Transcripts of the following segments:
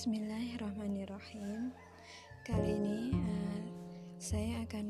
Bismillahirrahmanirrahim. Kali ini saya akan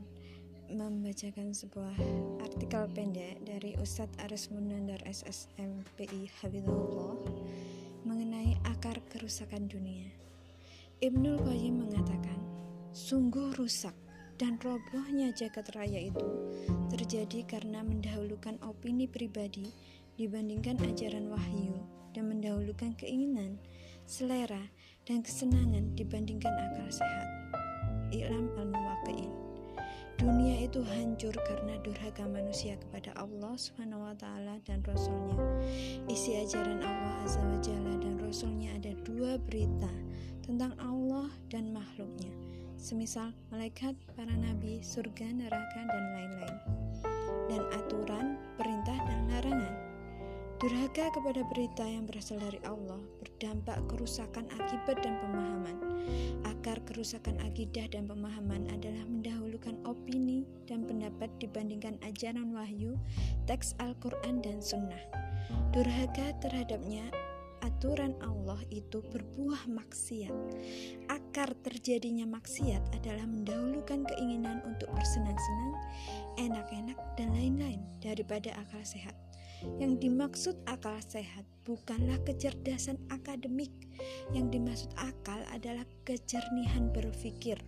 membacakan sebuah artikel pendek dari Ustadz Aris Munandar SSMPI Hafizahullah mengenai akar kerusakan dunia. Ibnul Qayyim mengatakan, sungguh rusak dan robohnya jagat raya itu terjadi karena mendahulukan opini pribadi dibandingkan ajaran wahyu dan mendahulukan keinginan, selera, dan kesenangan dibandingkan akal sehat. I'lam al-muwaqqi'in. Dunia itu hancur karena durhaka manusia kepada Allah SWT dan Rasulnya. Isi ajaran Allah Azza wa Jalla dan Rasulnya ada dua berita tentang Allah dan makhluknya, semisal malaikat, para nabi, surga, neraka, dan lain-lain, dan aturan, perintah, dan larangan. Durhaka kepada berita yang berasal dari Allah berdampak kerusakan akibat dan pemahaman. Akar kerusakan akidah dan pemahaman adalah mendahulukan opini dan pendapat dibandingkan ajaran wahyu, teks Al-Quran dan Sunnah. Durhaka terhadapnya aturan Allah itu berbuah maksiat. Akar terjadinya maksiat adalah mendahulukan keinginan untuk bersenang-senang, enak-enak, dan lain-lain daripada akal sehat. Yang dimaksud akal sehat bukanlah kecerdasan akademik. Yang dimaksud akal adalah kejernihan berpikir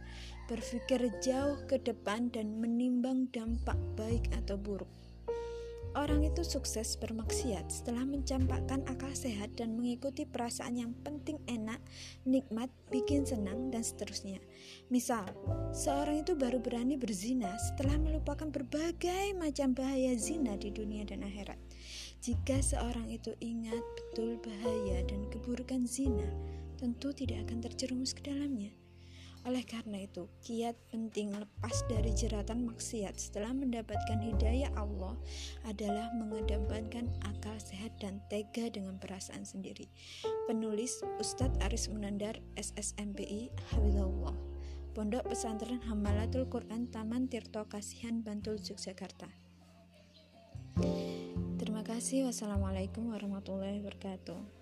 jauh ke depan dan menimbang dampak baik atau buruk. Orang itu sukses bermaksiat setelah mencampakkan akal sehat dan mengikuti perasaan yang penting, enak, nikmat, bikin senang, dan seterusnya. Misal, seorang itu baru berani berzina setelah melupakan berbagai macam bahaya zina di dunia dan akhirat. Jika seorang itu ingat betul bahaya dan keburukan zina, tentu tidak akan terjerumus ke dalamnya. Oleh karena itu, kiat penting lepas dari jeratan maksiat setelah mendapatkan hidayah Allah adalah mengedepankan akal sehat dan tega dengan perasaan sendiri. Penulis Ustadz Aris Munandar SSMPI Hafizahullah, Pondok Pesantren Hamalatul Quran Taman Tirto Kasihan, Bantul, Yogyakarta. Terima kasih. Wassalamualaikum warahmatullahi wabarakatuh.